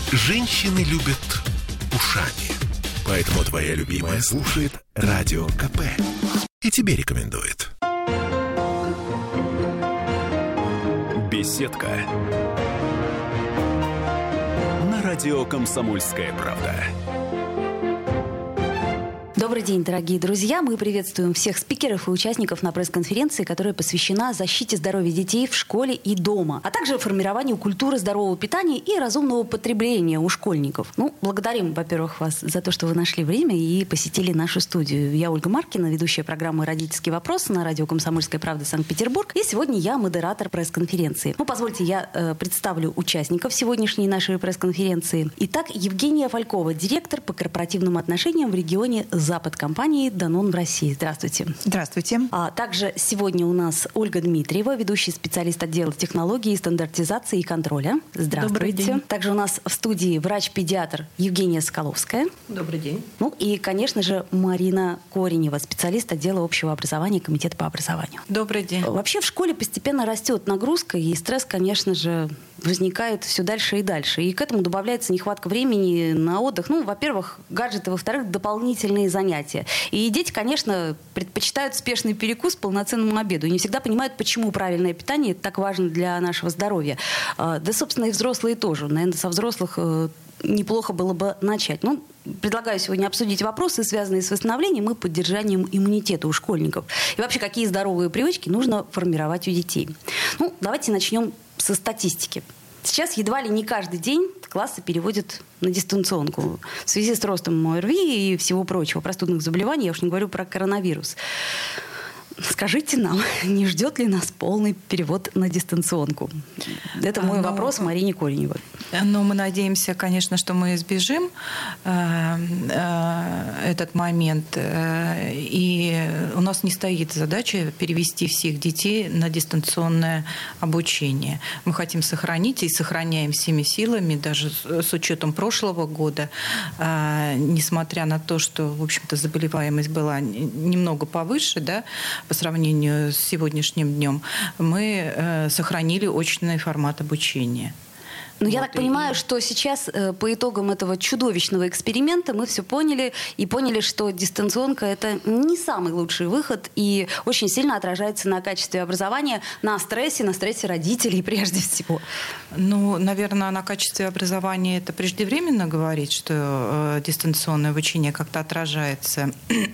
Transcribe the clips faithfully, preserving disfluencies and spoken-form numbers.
Женщины любят ушами. Поэтому твоя любимая слушает Радио КП. И тебе рекомендует. Беседка. На радио «Комсомольская правда». Добрый день, дорогие друзья. Мы приветствуем всех спикеров и участников на пресс-конференции, которая посвящена защите здоровья детей в школе и дома, а также формированию культуры здорового питания и разумного потребления у школьников. Ну, благодарим, во-первых, вас за то, что вы нашли время и посетили нашу студию. Я Ольга Маркина, ведущая программы «Родительский вопрос» на радио «Комсомольская правда» Санкт-Петербург. И сегодня я модератор пресс-конференции. Ну, позвольте, я э, представлю участников сегодняшней нашей пресс-конференции. Итак, Евгения Фалькова, директор по корпоративным отношениям в регионе Запад компании «Данон» в России. Здравствуйте. Здравствуйте. А также сегодня у нас Ольга Дмитриева, ведущий специалист отдела технологии, стандартизации и контроля. Здравствуйте. Добрый день. Также у нас в студии врач-педиатр Евгения Соколовская. Добрый день. Ну и, конечно же, Марина Коренева, специалист отдела общего образования Комитета по образованию. Добрый день. Вообще в школе постепенно растет нагрузка, и стресс, конечно же, возникает все дальше и дальше. И к этому добавляется нехватка времени на отдых. Ну, во-первых, гаджеты, во-вторых, дополнительные занятия. И дети, конечно, предпочитают спешный перекус полноценному обеду. И не всегда понимают, почему правильное питание так важно для нашего здоровья. Да, собственно, и взрослые тоже. Наверное, со взрослых неплохо было бы начать. Ну, предлагаю сегодня обсудить вопросы, связанные с восстановлением и поддержанием иммунитета у школьников. И вообще, какие здоровые привычки нужно формировать у детей. Ну, давайте начнем со статистики. Сейчас едва ли не каждый день классы переводят на дистанционку в связи с ростом ОРВИ и всего прочего, простудных заболеваний, я уж не говорю про коронавирус. Скажите нам, не ждет ли нас полный перевод на дистанционку? Это мой а, ну, вопрос Марине Кореневой. Ну, мы надеемся, конечно, что мы избежим э, э, этот момент. Э, и у нас не стоит задача перевести всех детей на дистанционное обучение. Мы хотим сохранить и сохраняем всеми силами, даже с учетом прошлого года, э, несмотря на то, что, в общем-то, заболеваемость была немного повыше, да, по сравнению с сегодняшним днем, мы э, сохранили очный формат обучения. Но вот, я так и... понимаю, что сейчас э, по итогам этого чудовищного эксперимента мы все поняли и поняли, что дистанционка – это не самый лучший выход и очень сильно отражается на качестве образования, на стрессе, на стрессе родителей прежде всего. Ну, наверное, на качестве образования это преждевременно говорить, что э, дистанционное обучение как-то отражается.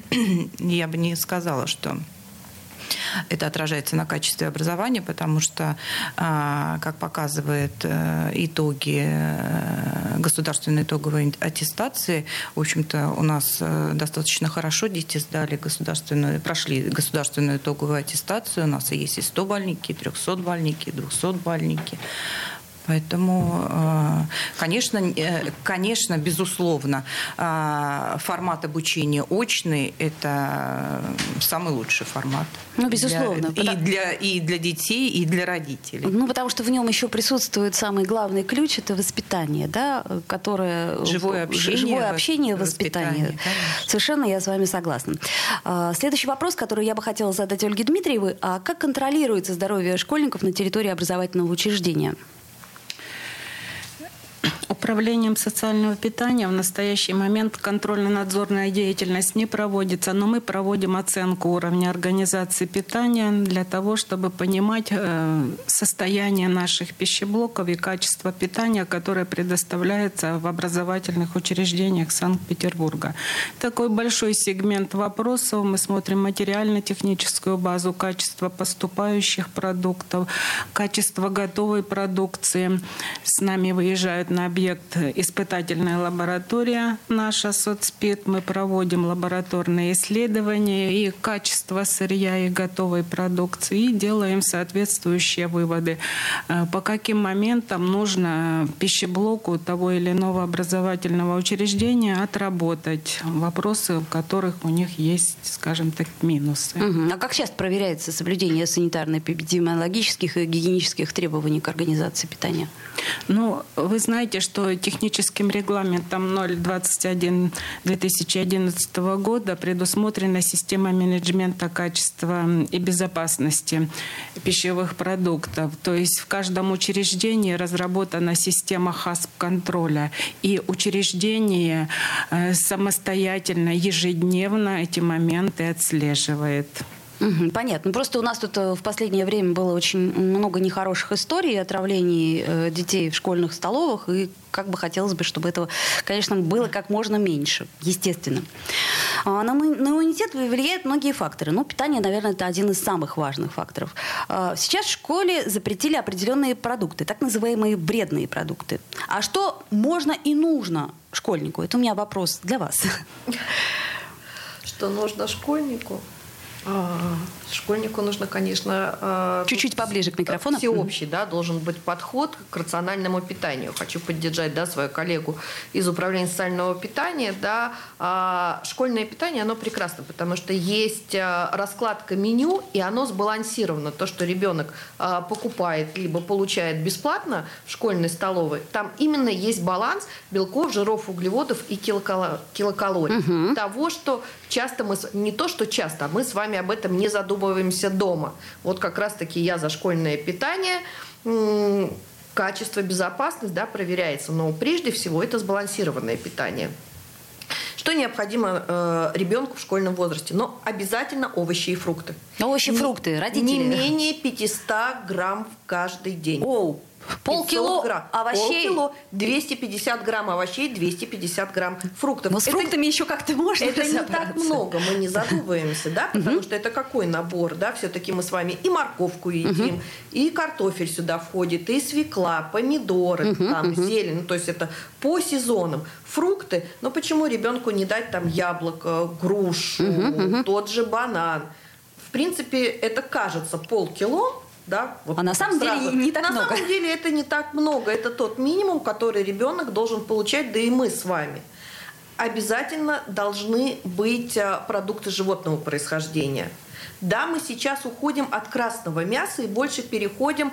Я бы не сказала, что это отражается на качестве образования, потому что, как показывают итоги государственной итоговой аттестации, в общем-то, у нас достаточно хорошо дети сдали государственную, прошли государственную итоговую аттестацию. У нас и есть и сто-бальники, и трехсот-бальники, и двухсот-бальники. Поэтому, конечно, конечно, безусловно, формат обучения очный – это самый лучший формат. Ну, безусловно. Для, и, для, и для детей, и для родителей. Ну, потому что в нем еще присутствует самый главный ключ – это воспитание, да, которое… Живое общение. Живое общение, воспитание. воспитание. Совершенно я с вами согласна. Следующий вопрос, который я бы хотела задать Ольге Дмитриевой. А как контролируется здоровье школьников на территории образовательного учреждения? Управлением социального питания в настоящий момент контрольно-надзорная деятельность не проводится, но мы проводим оценку уровня организации питания для того, чтобы понимать состояние наших пищеблоков и качество питания, которое предоставляется в образовательных учреждениях Санкт-Петербурга. Такой большой сегмент вопросов. Мы смотрим материально-техническую базу, качество поступающих продуктов, качество готовой продукции. С нами выезжают на объект испытательная лаборатория наша соцпит. Мы проводим лабораторные исследования и качество сырья и готовой продукции и делаем соответствующие выводы. По каким моментам нужно пищеблоку того или иного образовательного учреждения отработать вопросы, в которых у них есть, скажем так, минусы. Угу. А как часто проверяется соблюдение санитарно-эпидемиологических и гигиенических требований к организации питания? Ну, вы знаете, что что техническим регламентом ноль двадцать один две тысячи одиннадцатого года предусмотрена система менеджмента качества и безопасности пищевых продуктов. То есть в каждом учреждении разработана система хасп-контроля, и учреждение самостоятельно, ежедневно эти моменты отслеживает. Угу, понятно. Просто у нас тут в последнее время было очень много нехороших историй отравлений э, детей в школьных столовых, и как бы хотелось бы, чтобы этого, конечно, было как можно меньше, естественно. А на, на иммунитет влияют многие факторы. Ну, питание, наверное, это один из самых важных факторов. А сейчас в школе запретили определенные продукты, так называемые вредные продукты. А что можно и нужно школьнику? Это у меня вопрос для вас. Что нужно школьнику? Школьнику нужно, конечно... Чуть-чуть поближе к микрофону. Всеобщий, да, должен быть подход к рациональному питанию. Хочу поддержать, да, свою коллегу из Управления социального питания. Да, школьное питание, оно прекрасно, потому что есть раскладка меню, и оно сбалансировано. То, что ребенок покупает, либо получает бесплатно в школьной столовой, там именно есть баланс белков, жиров, углеводов и килокалорий. Угу. Того, что часто мы... Не то, что часто, а мы с вами об этом не задумываемся дома. Вот как раз-таки я за школьное питание. Качество, безопасность, да, проверяется. Но прежде всего это сбалансированное питание. Что необходимо э, ребенку в школьном возрасте? Но обязательно овощи и фрукты. Овощи и фрукты, родители. Не менее пятьсот грамм каждый день. Оу. Полкило грамм. овощей. Полкило, двести пятьдесят грамм овощей, двести пятьдесят грамм фруктов. Но с это, фруктами еще как-то можно Это не так много, мы не задумываемся, да, потому что это какой набор, да, все-таки мы с вами и морковку едим, и картофель сюда входит, и свекла, помидоры, там, зелень, ну, то есть это по сезонам. Фрукты, но почему ребенку не дать там яблоко, грушу, тот же банан? В принципе, это кажется полкило. Да, вот а на самом сразу. деле не так на много. На самом деле это не так много. Это тот минимум, который ребенок должен получать, да и мы с вами. Обязательно должны быть продукты животного происхождения. Да, мы сейчас уходим от красного мяса и больше переходим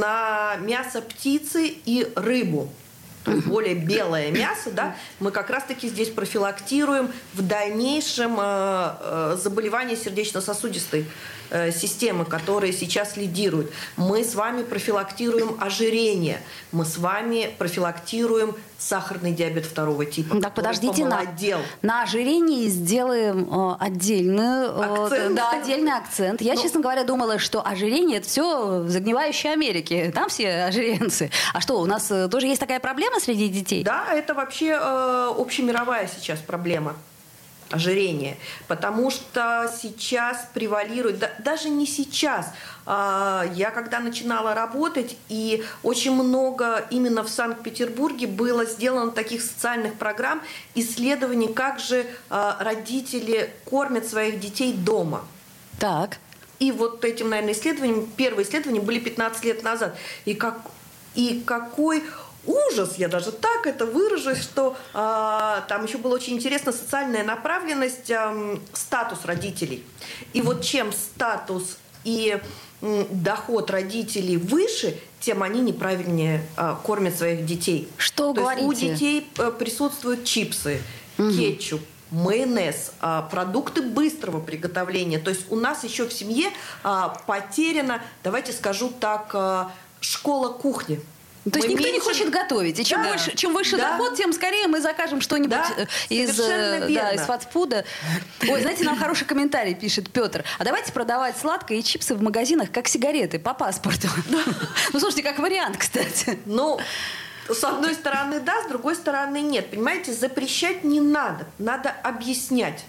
на мясо птицы и рыбу. То есть более белое мясо, да, мы как раз-таки здесь профилактируем в дальнейшем э, э, заболевания сердечно-сосудистой э, системы, которые сейчас лидируют. Мы с вами профилактируем ожирение, мы с вами профилактируем сахарный диабет второго типа. Так, подождите, на, на ожирении сделаем э, отдельный, э, да, отдельный акцент. Я, Но... честно говоря, думала, что ожирение – это все в загнивающей Америке. Там все ожиренцы. А что, у нас э, тоже есть такая проблема среди детей? Да, это вообще э, общемировая сейчас проблема. Ожирение. Потому что сейчас превалирует, да, даже не сейчас, а, я когда начинала работать, и очень много именно в Санкт-Петербурге было сделано таких социальных программ, исследований, как же а, родители кормят своих детей дома. Так. И вот этим, наверное, исследованием, первые исследования были пятнадцать лет назад. И, как, и какой... ужас, я даже так это выражусь, что э, там еще была очень интересна социальная направленность, э, статус родителей. И вот чем статус и э, доход родителей выше, тем они неправильнее э, кормят своих детей. Что То говорите? есть у детей э, присутствуют чипсы, угу. кетчуп, майонез, э, продукты быстрого приготовления. То есть у нас еще в семье э, потеряна, давайте скажу так, э, школа кухни. То есть мы никто меньше... не хочет готовить. И чем, да. больше, чем выше да. доход, тем скорее мы закажем что-нибудь да. из, да, из фастфуда. Ой, знаете, нам хороший комментарий пишет Петр. А давайте продавать сладкое и чипсы в магазинах, как сигареты, по паспорту. Ну, слушайте, как вариант, кстати. Ну, с одной стороны да, с другой стороны нет. Понимаете, запрещать не надо. Надо объяснять.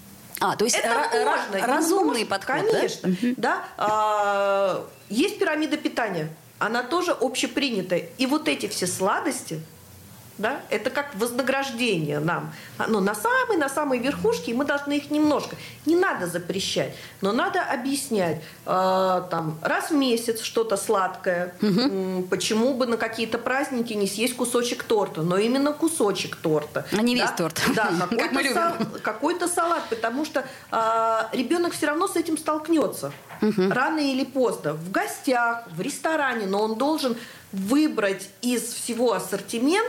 А, то есть это р- можно, разумный можно, подход, конечно, да? да? А, есть пирамида питания. Она тоже общепринятая. И вот эти все сладости, да, это как вознаграждение нам. Ну, на самой, на самой верхушке, и мы должны их немножко. Не надо запрещать, но надо объяснять. Э, там, раз в месяц что-то сладкое. Угу. Почему бы на какие-то праздники не съесть кусочек торта? Но именно кусочек торта. А не да? весь торт. Да, какой-то, как сал, какой-то салат, потому что э, ребенок все равно с этим столкнется. Угу. Рано или поздно. В гостях, в ресторане, но он должен выбрать из всего ассортимента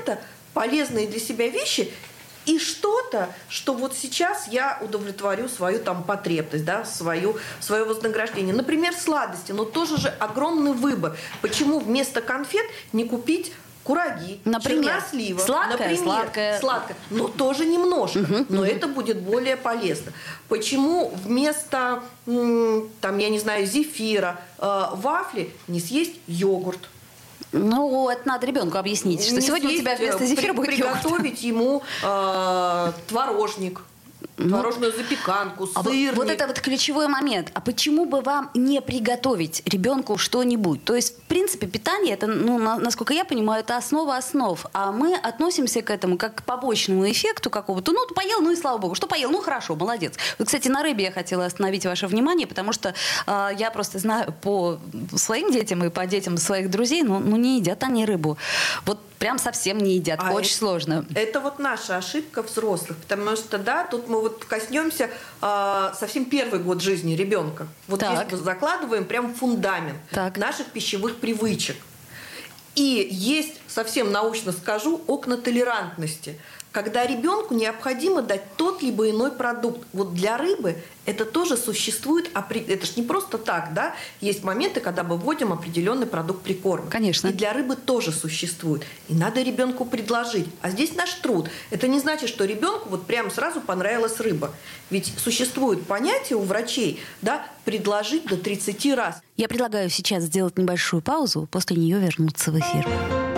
полезные для себя вещи и что-то, что вот сейчас я удовлетворю свою там потребность, да, свою, свое вознаграждение. Например, сладости, но тоже же огромный выбор. Почему вместо конфет не купить кураги, например, чернослива, сладкое, например, сладкое. сладкое, но тоже немножко, угу, но угу. это будет более полезно. Почему вместо, там, я не знаю, зефира, э, вафли не съесть йогурт? Ну, это надо ребенку объяснить, что не сегодня съесть, у тебя вместо зефира при, будет йогурт. Приготовить ему э, творожник. Творожную запеканку, сырник. А вот это вот ключевой момент. А почему бы вам не приготовить ребенку что-нибудь? То есть, в принципе, питание, это, ну, насколько я понимаю, это основа основ. А мы относимся к этому как к побочному эффекту какого-то. Ну, поел, ну и слава богу. Что поел? Ну, хорошо, молодец. Вот, кстати, на рыбе я хотела остановить ваше внимание, потому что э, я просто знаю по своим детям и по детям своих друзей, ну, ну не едят они рыбу. Вот прям совсем не едят. А очень это, сложно. Это вот наша ошибка взрослых. Потому что, да, тут мы вот коснемся э, совсем первый год жизни ребенка. Вот так. Здесь мы закладываем прям фундамент так. наших пищевых привычек. И есть, совсем научно скажу, окна толерантности. Когда ребенку необходимо дать тот либо иной продукт. Вот для рыбы это тоже существует, это ж не просто так, да? Есть моменты, когда мы вводим определенный продукт прикорма. Конечно. И для рыбы тоже существует. И надо ребенку предложить. А здесь наш труд. Это не значит, что ребенку вот прямо сразу понравилась рыба. Ведь существует понятие у врачей, да, предложить до тридцати раз. Я предлагаю сейчас сделать небольшую паузу, после нее вернуться в эфир.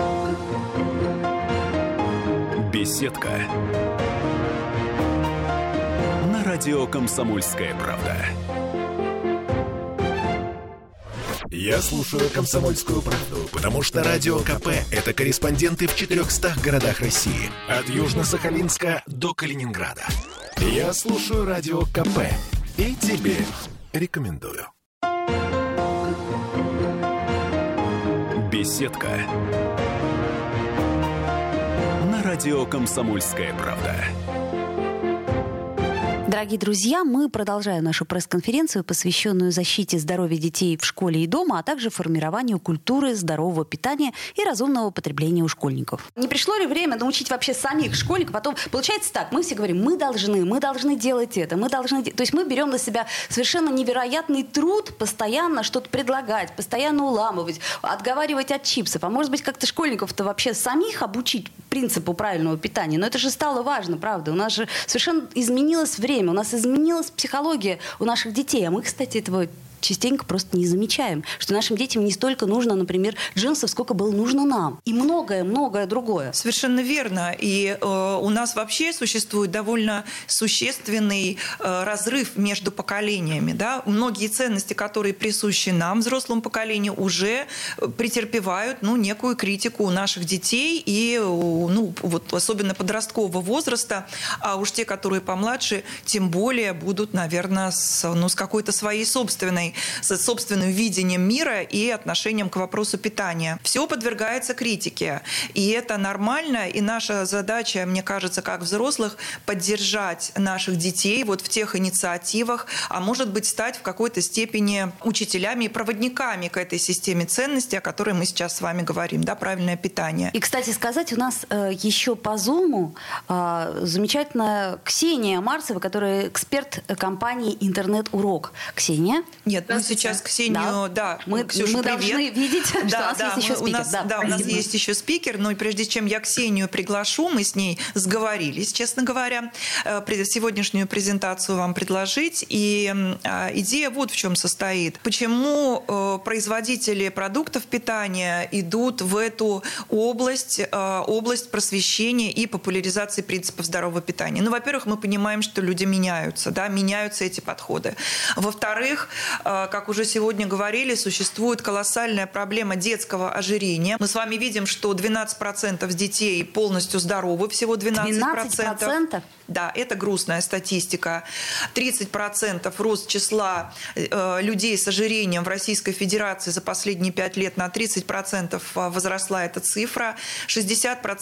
Беседка. На радио «Комсомольская правда». Я слушаю «Комсомольскую правду», потому что Радио КП – это корреспонденты в четырехстах городах России. От Южно-Сахалинска до Калининграда. Я слушаю Радио КП и тебе рекомендую. Беседка. На радио «Комсомольская правда». Дорогие друзья, мы продолжаем нашу пресс-конференцию, посвященную защите здоровья детей в школе и дома, а также формированию культуры здорового питания и разумного потребления у школьников. Не пришло ли время научить вообще самих школьников? Потом получается так, мы все говорим, мы должны, мы должны делать это, мы должны... То есть мы берем на себя совершенно невероятный труд постоянно что-то предлагать, постоянно уламывать, отговаривать от чипсов. А может быть, как-то школьников-то вообще самих обучить принципу правильного питания? Но это же стало важно, правда? У нас же совершенно изменилось время. У нас изменилась психология у наших детей. А мы, кстати, этого частенько просто не замечаем. Что нашим детям не столько нужно, например, джинсов, сколько было нужно нам. И многое-многое другое. Совершенно верно. И э, у нас вообще существует довольно существенный э, разрыв между поколениями. Да? Многие ценности, которые присущи нам, взрослому поколению, уже претерпевают ну, некую критику у наших детей и ну, вот, особенно подросткового возраста. А уж те, которые помладше, тем более будут, наверное, с, ну, с какой-то своей собственной с собственным видением мира и отношением к вопросу питания. Все подвергается критике. И это нормально. И наша задача, мне кажется, как взрослых, поддержать наших детей вот в тех инициативах, а может быть, стать в какой-то степени учителями и проводниками к этой системе ценностей, о которой мы сейчас с вами говорим. Да, правильное питание. И, кстати сказать, у нас э, еще по Зуму э, замечательная Ксения Марцева, которая эксперт компании «Интернет-урок». Ксения? Нет, мы сейчас Ксению, да, да мы, Ксюша, мы привет. должны видеть, что да, у нас да, есть еще мы, спикер. У нас, да, да, у нас есть еще спикер, но прежде чем я Ксению приглашу, мы с ней сговорились, честно говоря, сегодняшнюю презентацию вам предложить. И идея вот в чем состоит. Почему производители продуктов питания идут в эту область, область просвещения и популяризации принципов здорового питания? Ну, во-первых, мы понимаем, что люди меняются, да, меняются эти подходы. Во-вторых, как уже сегодня говорили, существует колоссальная проблема детского ожирения. Мы с вами видим, что двенадцать процентов детей полностью здоровы, всего двенадцать процентов. двенадцать процентов? Да, это грустная статистика. тридцать процентов рост числа э, людей с ожирением в Российской Федерации за последние пять лет, на тридцать процентов возросла эта цифра. шестьдесят процентов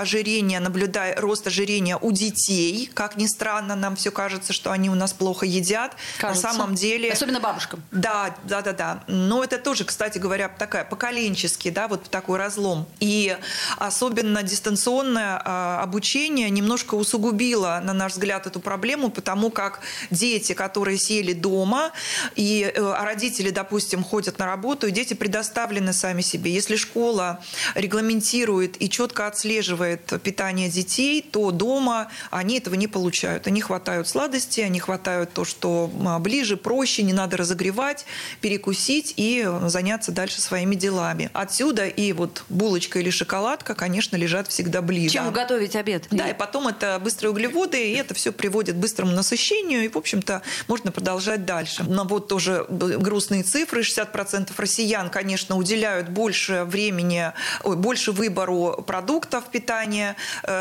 ожирения, наблюдая рост ожирения у детей. Как ни странно, нам все кажется, что они у нас плохо едят. Кажется. На самом деле... Особенно бабушкам. Да, да, да, да. Но это тоже, кстати говоря, такая поколенческий, да, вот такой разлом. И особенно дистанционное а, обучение немножко усугубило, на наш взгляд, эту проблему, потому как дети, которые сели дома, и а родители, допустим, ходят на работу, и дети предоставлены сами себе. Если школа регламентирует и четко отслеживает питание детей, то дома они этого не получают. Они хватают сладости, они хватают то, что ближе, проще, не надо разогревать, перекусить и заняться дальше своими делами. Отсюда и вот булочка или шоколадка, конечно, лежат всегда ближе. Чем готовить обед? Да, и потом это быстрые углеводы, и это все приводит к быстрому насыщению, и, в общем-то, можно продолжать дальше. Но вот тоже грустные цифры. шестьдесят процентов россиян, конечно, уделяют больше времени, ой, больше выбору продуктов питания,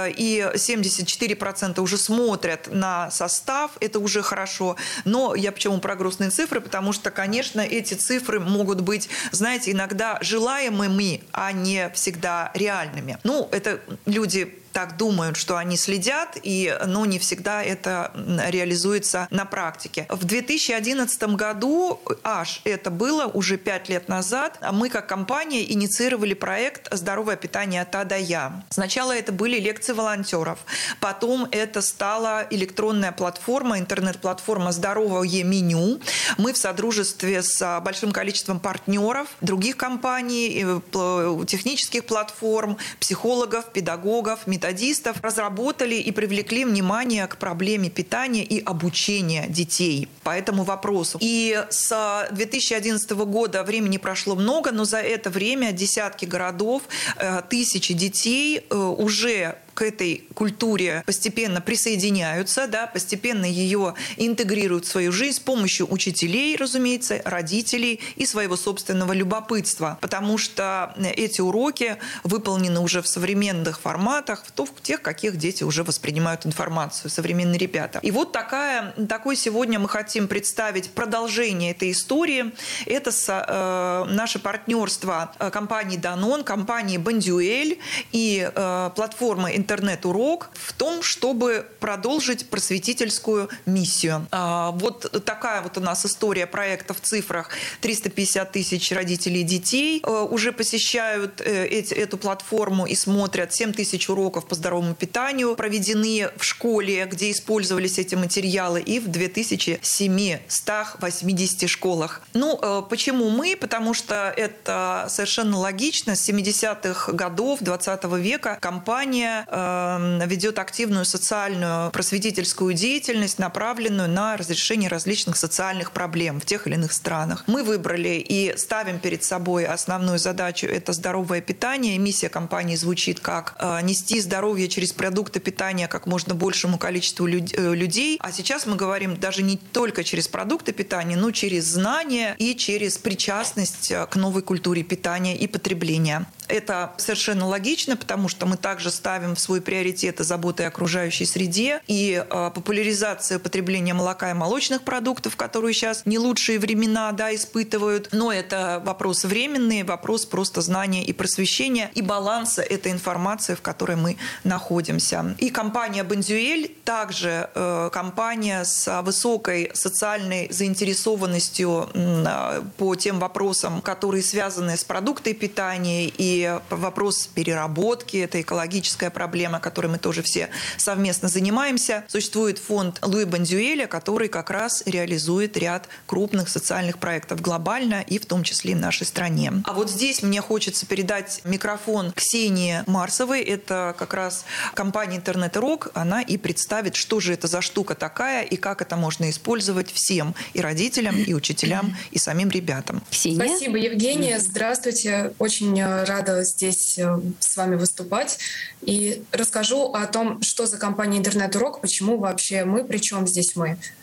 и семьдесят четыре процента уже смотрят на состав, это уже хорошо. Но я почему про грустные цифры? Потому что, конечно, эти цифры могут быть, знаете, иногда желаемыми, а не всегда реальными. Ну, это люди так думают, что они следят, и, но не всегда это реализуется на практике. В две тысячи одиннадцатом году, аж это было уже пять лет назад, мы как компания инициировали проект «Здоровое питание от А до Я». Сначала это были лекции волонтеров, потом это стала электронная платформа, интернет-платформа «Здоровое меню». Мы в содружестве с большим количеством партнеров, других компаний, технических платформ, психологов, педагогов, методистов, методистов разработали и привлекли внимание к проблеме питания и обучения детей по этому вопросу. И с две тысячи одиннадцатого года времени прошло много, но за это время десятки городов, тысячи детей уже к этой культуре постепенно присоединяются, да, постепенно ее интегрируют в свою жизнь с помощью учителей, разумеется, родителей и своего собственного любопытства. Потому что эти уроки выполнены уже в современных форматах, в тех, каких дети уже воспринимают информацию, современные ребята. И вот такая, такой сегодня мы хотим представить продолжение этой истории. Это с, э, наше партнерство компании Danone, компании Бондюэль и э, платформы интернет-урок в том, чтобы продолжить просветительскую миссию. Вот такая вот у нас история проекта в цифрах. триста пятьдесят тысяч родителей и детей уже посещают эти, эту платформу и смотрят. семь тысяч уроков по здоровому питанию проведены в школе, где использовались эти материалы, и в две тысячи семистах восьмидесяти школах. Ну, почему мы? Потому что это совершенно логично. С семидесятых годов двадцатого века компания ведет активную социальную просветительскую деятельность, направленную на разрешение различных социальных проблем в тех или иных странах. Мы выбрали и ставим перед собой основную задачу – это здоровое питание. Миссия компании звучит как «нести здоровье через продукты питания как можно большему количеству людей». А сейчас мы говорим даже не только через продукты питания, но через знания и через причастность к новой культуре питания и потребления. Это совершенно логично, потому что мы также ставим в свой приоритет заботы о окружающей среде и э, популяризация потребления молока и молочных продуктов, которые сейчас не лучшие времена, да, испытывают. Но это вопрос временный, вопрос просто знания и просвещения, и баланса этой информации, в которой мы находимся. И компания Бондюэль также э, компания с высокой социальной заинтересованностью э, по тем вопросам, которые связаны с продуктами питания, и вопрос переработки, это экологическая проблема, которой мы тоже все совместно занимаемся. Существует фонд Луи Бондюэля, который как раз реализует ряд крупных социальных проектов глобально и в том числе и в нашей стране. А вот здесь мне хочется передать микрофон Ксении Марсовой. Это как раз компания «Интернет-урок». Она и представит, что же это за штука такая и как это можно использовать всем, и родителям, и учителям, и самим ребятам. Ксения? Спасибо, Евгения. Здравствуйте. Очень рада здесь с вами выступать. И расскажу о том, что за компания «Интернет-урок», почему вообще мы, причем здесь мы.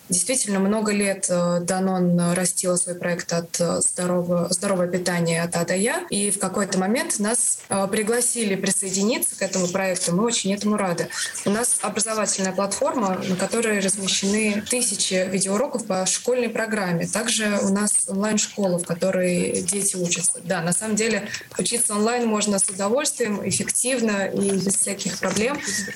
Действительно, много лет Danone растила свой проект от здорового, здорового питания от А до Я. И в какой-то момент нас пригласили присоединиться к этому проекту. Мы очень этому рады. У нас образовательная платформа, на которой размещены тысячи видеоуроков по школьной программе. Также у нас онлайн-школа, в которой дети учатся. Да, на самом деле учиться онлайн можно с удовольствием, эффективно и без всяких проблем.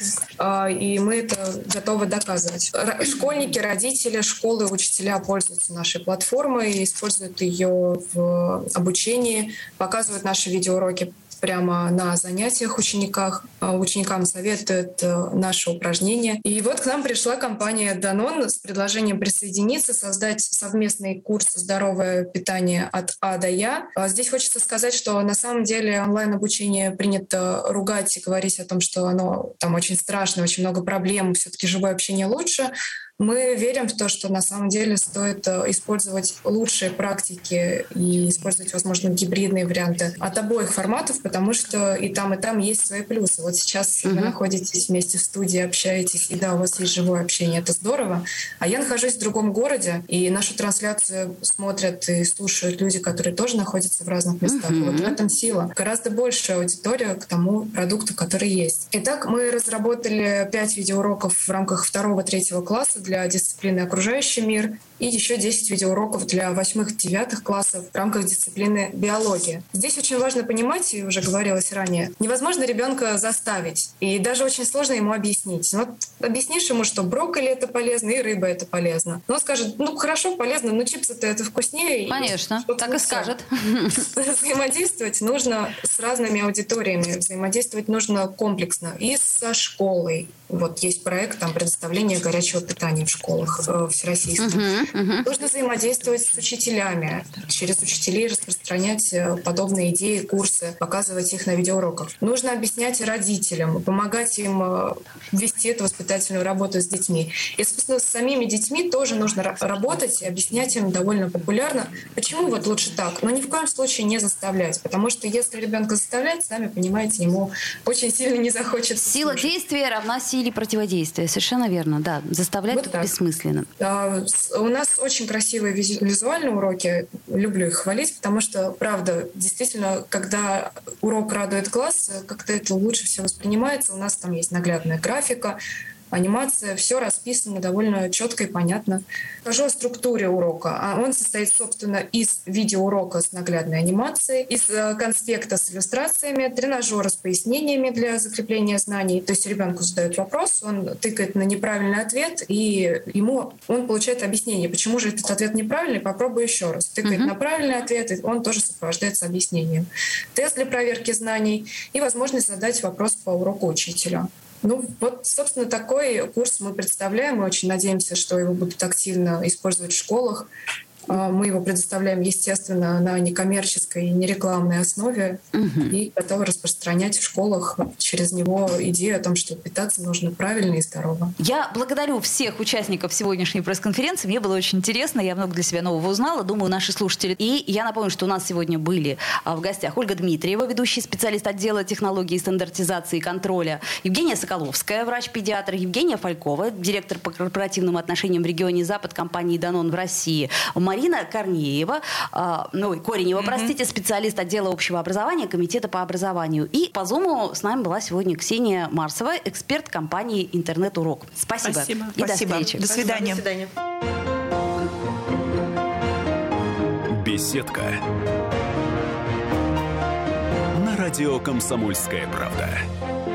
И мы это готовы доказывать. Школьники, родители, школы, учителя пользуются нашей платформой, используют ее в обучении, показывают наши видеоуроки прямо на занятиях учениках. Ученикам советуют наши упражнения. И вот к нам пришла компания Danone с предложением присоединиться, создать совместный курс «Здоровое питание от А до Я». Здесь хочется сказать, что на самом деле онлайн-обучение принято ругать и говорить о том, что оно там очень страшно, очень много проблем, все-таки живое общение лучше. Мы верим в то, что на самом деле стоит использовать лучшие практики и использовать, возможно, гибридные варианты от обоих форматов, потому что и там, и там есть свои плюсы. Вот сейчас uh-huh. вы находитесь вместе в студии, общаетесь, и да, у вас есть живое общение, это здорово. А я нахожусь в другом городе, и нашу трансляцию смотрят и слушают люди, которые тоже находятся в разных местах. Uh-huh. Вот в этом сила. Гораздо большая аудитория к тому продукту, который есть. Итак, мы разработали пять видеоуроков в рамках второго-третьего класса для дисциплины «Окружающий мир» и еще десять видеоуроков для восьмых-девятых классов в рамках дисциплины «Биология». Здесь очень важно понимать, и уже говорилось ранее, невозможно ребенка заставить, и даже очень сложно ему объяснить. Вот объяснишь ему, что брокколи — это полезно, и рыба — это полезно. Но он скажет, ну хорошо, полезно, но чипсы-то это вкуснее. Конечно, и так и скажет. Взаимодействовать нужно с разными аудиториями, взаимодействовать нужно комплексно и со школой. Вот есть проект там предоставления горячего питания в школах э, всероссийских. Uh-huh, uh-huh. Нужно взаимодействовать с учителями, через учителей распространять подобные идеи, курсы, показывать их на видеоуроках. Нужно объяснять родителям, помогать им вести эту воспитательную работу с детьми. И, собственно, с самими детьми тоже нужно работать и объяснять им довольно популярно, почему вот лучше так. Но ни в коем случае не заставлять, потому что если ребенка заставлять, сами понимаете, ему очень сильно не захочется. Сила слушать. Действия равна силе противодействия. Совершенно верно, да. Заставлять вот бессмысленно. А, у нас очень красивые визуальные уроки. Люблю их хвалить, потому что, правда, действительно, когда урок радует глаз, как-то это лучше все воспринимается. У нас там есть наглядная графика, анимация, все расписано довольно четко и понятно. Скажу о структуре урока. А он состоит, собственно, из видеоурока с наглядной анимацией, из конспекта с иллюстрациями, тренажера с пояснениями для закрепления знаний. То есть ребенку задают вопрос, он тыкает на неправильный ответ, и ему он получает объяснение, почему же этот ответ неправильный, попробуй еще раз. Тыкает uh-huh. на правильный ответ, и он тоже сопровождается объяснением. Тест для проверки знаний и возможность задать вопрос по уроку учителю. Ну, вот, собственно, такой курс мы представляем. Мы очень надеемся, что его будут активно использовать в школах. Мы его предоставляем, естественно, на некоммерческой и нерекламной основе угу. и готовы распространять в школах через него идею о том, что питаться нужно правильно и здорово. Я благодарю всех участников сегодняшней пресс-конференции. Мне было очень интересно, я много для себя нового узнала, думаю, наши слушатели. И я напомню, что у нас сегодня были в гостях Ольга Дмитриева, ведущий специалист отдела технологии, стандартизации и контроля, Евгения Соколовская, врач-педиатр, Евгения Фалькова, директор по корпоративным отношениям в регионе Запад компании Danone в России, Марина Корнеева, э, ну, Коренева, mm-hmm. простите, специалист отдела общего образования Комитета по образованию. И по Зуму с нами была сегодня Ксения Марсова, эксперт компании «Интернет-урок». Спасибо. Спасибо. И Спасибо. до встречи. До свидания. До свидания. Беседка. На радио «Комсомольская правда».